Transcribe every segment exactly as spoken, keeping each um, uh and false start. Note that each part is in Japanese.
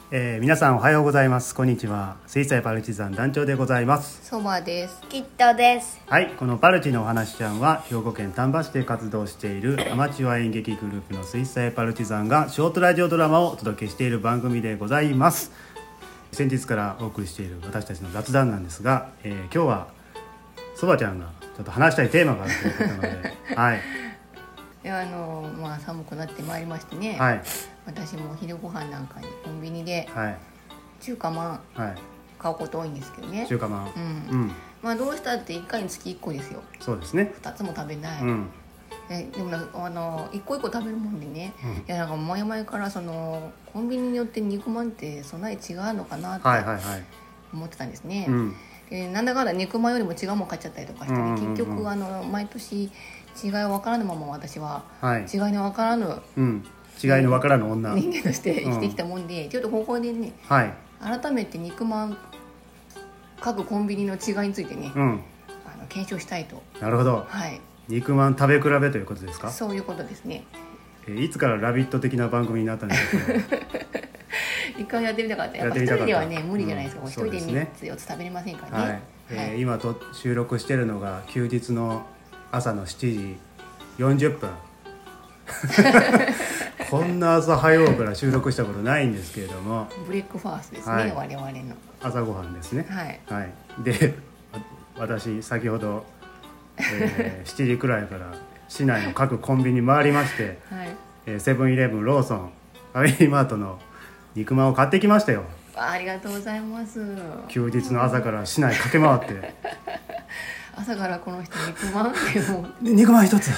えー、皆さんおはようございます。こんにちは。水彩パルチザン団長でございます。 そばです。 キットです。 はい、このパルチのお話ちゃんは兵庫県丹波市で活動しているアマチュア演劇グループの水彩パルチザンがショートラジオドラマをお届けしている番組でございます。先日からお送りしている私たちの雑談なんですが、えー、今日はそばちゃんがちょっと話したいテーマがあるということなのではいいやあのまあ寒くなってまいりましてね、 はい、 私も昼ご飯なんかにコンビニで中華まん買うこと多いんですけどね、はい、 中華まん、 うんうん、まあどうしたっていっかいにつきいっこですよ。 そうですね。 ふたつも食べない、 うん、 えでもあのいっこいっこ食べるもんでね、うん、いやなんか前々からそのコンビニによって肉まんって備え違うのかなって思ってたんですね、はいはいはい、でなんだかんだ肉まんよりも違うもん買っちゃったりとかしてね、うんうんうん、結局あの毎年違いは分からぬまま私は、はい、違いの分からぬ、 うん、違いの分からぬ女人間として生きてきたもんで、うん、ちょっとここでね、はい、改めて肉まん各コンビニの違いについてね、うん、あの検証したいと。 なるほど、はい、肉まん食べ比べということですか。 そういうことですね。 えー、いつからラビット的な番組になったんですか。 一回やってみたかった。やっぱ一人ではね無理じゃないですか。一、うん、人でみっつよっつ食べれませんからね、はいはい、 えー、今と収録してるのが休日の朝のしちじよんじゅっぷんこんな朝早うから収録したことないんですけれども、 ブレックファーストですね、はい、我々の朝ごはんですね、 はいはい、で私先ほど、えー、しちじくらいから市内の各コンビニ回りまして、はい、えー、セブンイレブン、ローソン、ファミリーマートの肉まんを買ってきましたよ。 あ, ありがとうございます。 休日の朝から市内駆け回って朝からこの人肉まんってもう肉まん一つ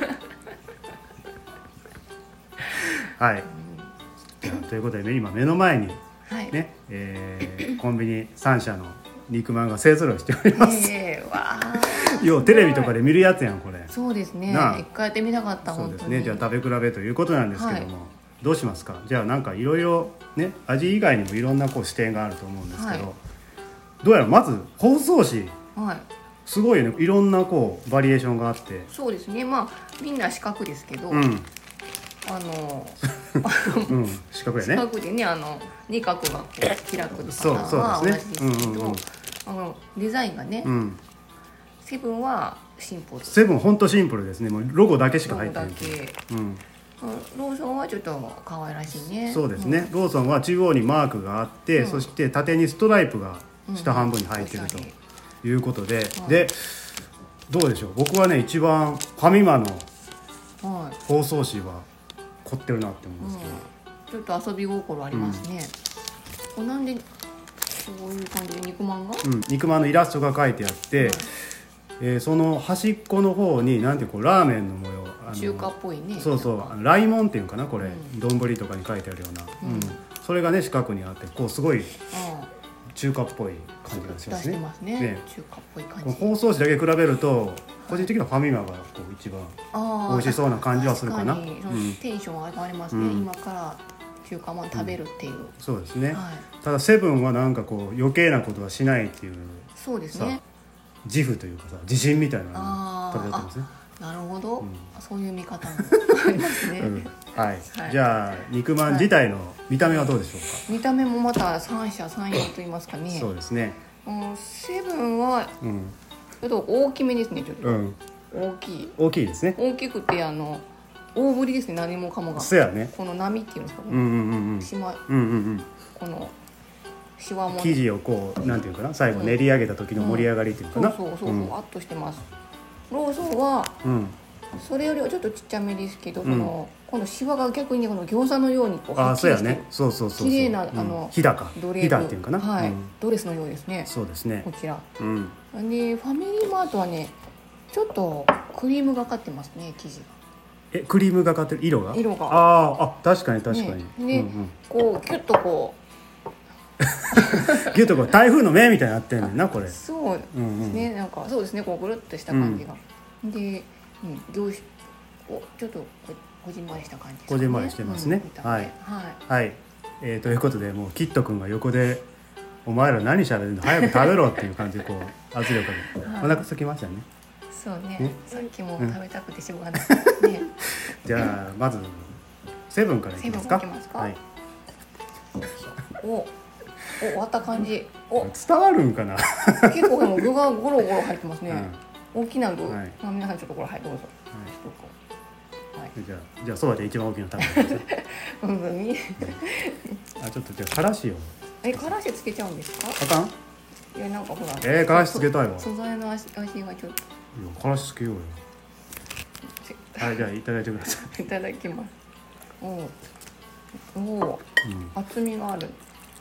はい、うん、ということで、ね、今目の前に、はいねえー、コンビニさん社の肉まんが勢ぞろいしております、えー、わようテレビとかで見るやつやんこれ。 そうですね、一回やってみたかった。 そうですね。じゃあ食べ比べということなんですけども、はい、どうしますか。じゃあなんかいろいろね、味以外にもいろんなこう視点があると思うんですけど、はい、どうやらまず包装紙、はい、すごいよね。いろんなこうバリエーションがあって。そうですね。まあみんな四角ですけど、うん、あの、 うん、四角やね。 四角でね、あの二角がこう開くパターンは同じですけど、うんうんうん、あのデザインがね、うん、セブンはシンプル。 セブン本当シンプルですね。もうロゴだけしか入ってない。 うん。ローソンはちょっと可愛らしいね。 そうですね、うん、ローソンは中央にマークがあって、うん、そして縦にストライプが下半分に入っているということで、うん、でどうでしょう。僕はね一番ファミマの包装紙は凝ってるなって思うんですけど、 うん、ちょっと遊び心ありますね、うん、なんでそういう感じで肉まんが、 うん、肉まんのイラストが描いてあって、うん、えー、その端っこの方になんてこうラーメンの模様、あの中華っぽいね。 そうそう、あのライモンっていうかなこれ、丼、うん、とかに書いてあるような、うんうん、それがね四角にあってこうすごい中華っぽい感じがしますね。 出してますね、ね、中華っぽい感じ。 包装紙だけ比べると個人的にはファミマがこう一番美味しそうな感じはするかな。 確かに、うん、テンション上がりますね、うん、今から中華まん食べるっていう、うん、 そうですね、はい、ただセブンはなんかこう余計なことはしないっていう。 そうですね、 自負というかさ、自信みたいなのを食べてますね。 なるほど、うん、そういう見方もありますね、うんはいはい、じゃあ肉まん自体の見た目はどうでしょうか。はい、 見た目もまた三者三様と言いますかね。 そうですね、 うん、セブンはちょっと大きめですね。ちょっと、うん、大きい大きいですね。 大きくてあの大ぶりですね。何もかもがそうやね。 この波っていうんですかね、 うんうんうんうん、 しま、 うんうんうん、このシワも生地をこうなんていうかな、最後練り上げた時の盛り上がりっていうかな、 うん、そうそうそう、うん、ふわっとしてます。ローソンは、うん、それよりはちょっとちっちゃめですけど、うん、この今度シワが逆にこの餃子のようにこうはっきりして、 そうそうそうそう、 綺麗な、うん、あのひだかドレひだっていうかな、 はい、 うん、 ドレスのようですね。 そうですね、 こちら、 うん、 でファミリーマートはねちょっとクリームがかってますね、生地が。 えクリームがかってる色が色がああ確かに確かに、 ね、で、うんうん、こうキュッとこうギュッとこう台風の目みたいになってんねんなこれ。 そうですね、うんうん、なんかそうですね、こうぐるっとした感じが、うん、で、うん、凝縮をちょっとこじんまりした感じですね。 こじんまりしてますね、うん、はい、はいはい、えー、ということでもうキット君が横でお前ら何しゃべるの早く食べろっていう感じでこう圧力が、はい、お腹空きましたね。 そう ね, ねさっきも食べたくてしょうがない、うん、ねじゃあまずセブンからいきますか。 セブンいきますか、 はいおお割った感じ。お伝わるんかな結構でも具がゴロゴロ入ってますね、うん、大きな具、はい、まあ、皆さんちょっとこれはいどうぞ、はいはい、じゃあじゃあそばで一番大きいの食べてくださいうん、うん、 あちょっとじゃあからしをえからしつけちゃうんですか？ あかん？ いやなんかほらえー、からしつけたいわ。 素材の味味がちょっといやからしつけようよはい、じゃあいただいてくださいいただきます。おおお、うん、厚みがある。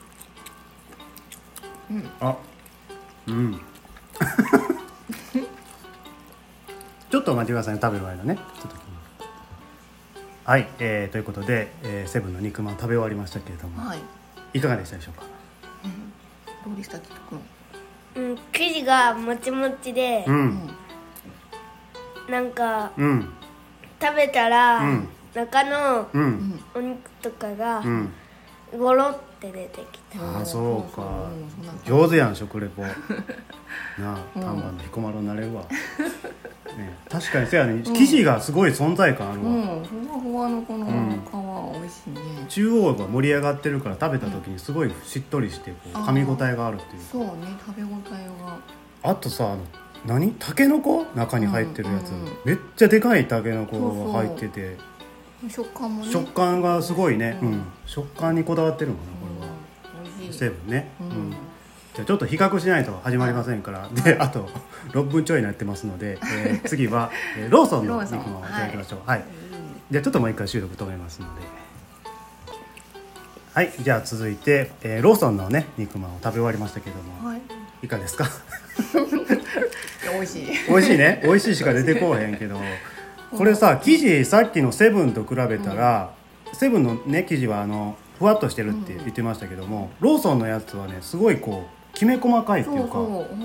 うん、 あうんちょっとお待ちくださいね、食べる間ね。ちょっとはい、えー、ということで、えー、セブンの肉まん食べ終わりましたけれども、はい、いかがでしたでしょうか？ うん、どうでしたきっとくん？うん、生地がもちもちで、うん、なんか、うん、食べたら、うん、中のお肉とかが、うん、ゴロって出てきた。 ああそうか、上手やん食レポなあ、丹波の彦摩呂になれるわ、ね、確かにそうやね、生地がすごい存在感あるわ、うん、 ふわふわのこの皮美味しいね、 中央が盛り上がってるから食べた時にすごいしっとりしてこう噛み応えがあるっていうか、 そうね、食べ応えが。 あとさ、あの何タケノコ中に入ってるやつ、うんうんうん、めっちゃでかいタケノコが入ってて、そうそう食感もね、 食感がすごいね、うんうん、食感にこだわってるのかなこれは、うん、美味しいセブンね、うんうん、じゃあちょっと比較しないと始まりませんから、はい、であとろっぷんちょいになってますので、えー、次は、えー、ローソンの肉まんをいただきましょう。はい、はい、じゃあちょっともう一回収録止めますので、はい、じゃあ続いて、えー、ローソンのね肉まんを食べ終わりましたけども、はい、いかがですか？ 美味しい美味しいね、美味しいしか出てこうへんけどこれさ、生地さっきのセブンと比べたら、うん、セブンのね生地はあのふわっとしてるって言ってましたけども、うん、ローソンのやつはねすごいこうきめ細かいっていうか、そうそう、はい、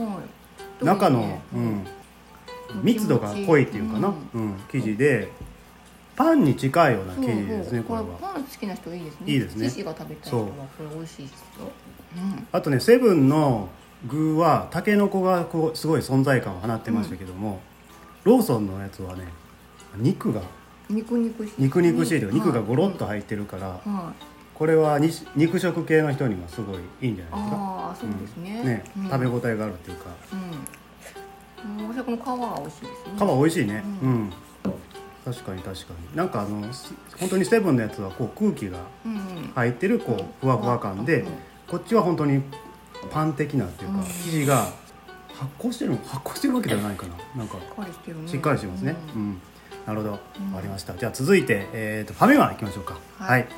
中の、ね、うん、密度が濃いっていうかな、うんうん、生地でパンに近いような生地ですね。これはパン好きな人いいですね。 いいですね。 生地が食べたい人はこれ美味しいですよ、 うん、あとねセブンの具はタケノコがこうすごい存在感を放ってましたけども、うん、ローソンのやつはね肉が肉肉しい、 肉肉しいというか肉がゴロッと入ってるから、はいはい、これはに肉食系の人にはすごいいいんじゃないですか。 ああそうですね、 うん、ね、うん、食べ応えがあるっていうか、 うん、私はこの皮が美味しいですね。 皮美味しいね、うん、うん、確かに確かに。なんかあの本当にセブンのやつはこう空気が入ってるこうふわふわ感で、こっちは本当にパン的なっていうか、生地が発酵してる発酵してるわけではないかな、なんかしっかりしてますね、うんうん、なるほど、うん、分かりました。じゃあ続いて、えー、とファミマ行きましょうか。はい、はい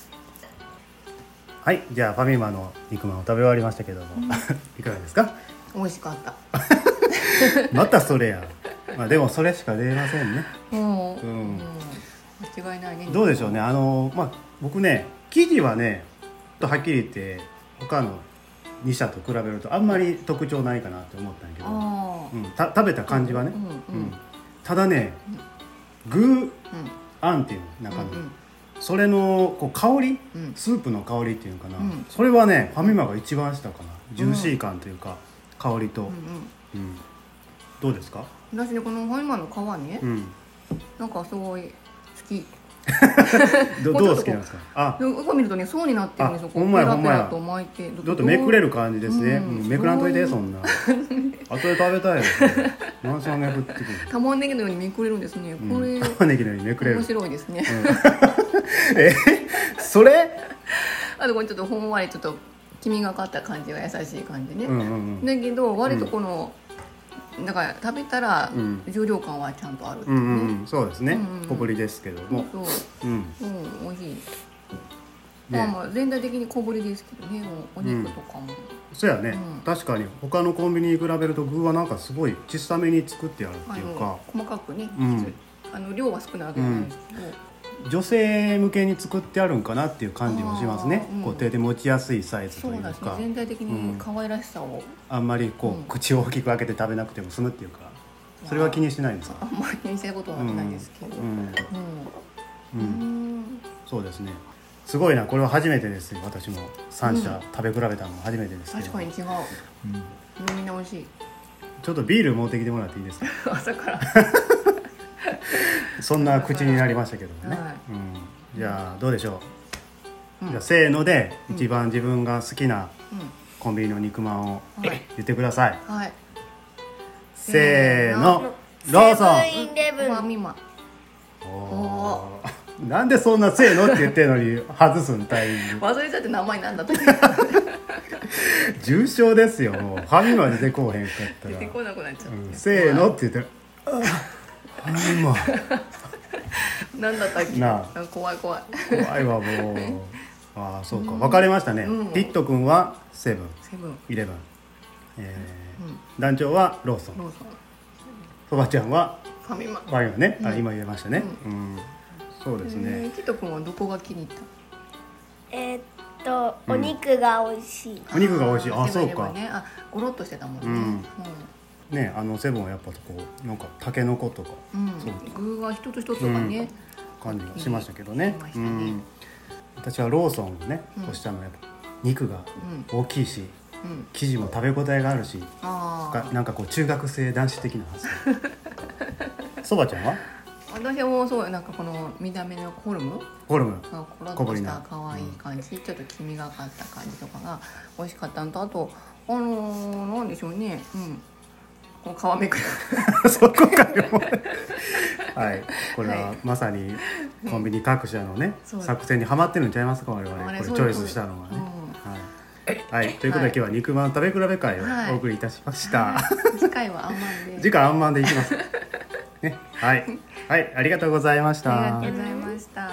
はい、じゃあファミマの肉まんを食べ終わりましたけども、うん、いかがですか？ 美味しかったまたそれや、まあ、でもそれしか出ませんね、うんうん、 間違いないね。 どうでしょうね、あの、まあ、僕ね生地はねとはっきり言って他のに社と比べるとあんまり特徴ないかなって思ったんやけど、うん、た食べた感じはね、うんうんうん、ただね、具、うん、あんっていうの中の、うんうん、それのこう香り、うん、スープの香りっていうのかな、うん、それはねファミマが一番したかな、ジューシー感というか、うん、香りと、うんうんうん、どうですか？ 私ねこのファミマの皮ね、うん、なんかすごい好きど, どう好きなんですか？ あ、よく見るとね層になってるんですよ。 ほんまやほんまや。 と巻いてちょっとめくれる感じですね、うんうん、めくらんといてそんな後で食べたいですね何しゃめくってくる玉ねぎのようにめくれるんですね、うん、これ玉ねぎのようにめくれる面白いですね、 うん、えそれあとこれちょっとほんわりちょっと黄身がかった感じが優しい感じね、うんうんうん、だけど割とこの、うん、だから食べたら重量感はちゃんとあるっていうね、うんうんうん、 そうですね、うんうん、小ぶりですけどもそうそう、うんうん、美味しい、ね、まあまあ全体的に小ぶりですけどね、お肉とかも、うん、 そうやね、うん、確かに他のコンビニに比べると具はなんかすごい小さめに作ってあるっていうか、 細かくね、うん、あの量は少ないわけじゃないですけど、 うん、女性向けに作ってあるんかなっていう感じもしますね、うん、こう手で持ちやすいサイズというか、 そうだし、ね、全体的に可愛らしさを、うん、 あんまりこう、うん、口を大きく開けて食べなくても済むっていうか、それは気にしないんですか？ あんまり気にしたことはないですけど、うんうんうん、そうですね、すごいな、これは初めてですよ。私もさん社、うん、食べ比べたのも初めてですけど、 確かに違う、うん、みんな美味しい。 ちょっとビール持ってきてもらっていいですか？ 朝からそんな口になりましたけどもね、はい、うん、じゃあどうでしょうん、じゃあせーので一番自分が好きなコンビニの肉まんを言ってください、 はい、 せーのローソンセブンイレブンファミマ。 おーなんでそんなせーのって言ってるのに外すんタイミング忘れちゃって名前なんだったっけ重症ですよ。もうファミマ出てこうへんかったら出てこなくなっちゃう、 うん、せーのって言ってるファミマなんだったっけなあ怖い怖い怖いわもうああそうか、分かれましたね、うん、ピット君はセブンセブンイレブン、えーうん、団長はローソン、 ローソン、 そばちゃんはファミマ、 ファミマね、 うん、 あ今言えましたね、 うんうん、そうですね、 えー、ピット君はどこが気に入った？ えー、っとお肉が美味しい、 うん、お肉が美味しい、ああそうか、 ね、あゴロッとしてたもんね、 うんうんね、あのセブンはやっぱこうなんかタケノコとか、 うん、そう具が一つ一つがね、 うん、感じがしましたけどね、ね、うん、私はローソンをね、うん、押したのはやっぱ肉が大きいし、うん、生地も食べ応えがあるし、あなんかこう中学生男子的な発想そばちゃんは？ 私もそうなんかこの見た目のフォルムフォルムコロッとした可愛い感じ、うん、ちょっと黄みがかった感じとかが美味しかったのと、あとあのー、なんでしょうね、うんこの皮めくるそこかよはいこれはまさにコンビニ各社のね、うん、作戦にはまってるんちゃいますか我々これチョイスしたのはね、うん、はい、はい、ということで今日は肉まん食べ比べ会をお送りいたしました、 はい、次回はあんまんで次回あんまんでいきますね、はい、はい、ありがとうございました。 ありがとうございました。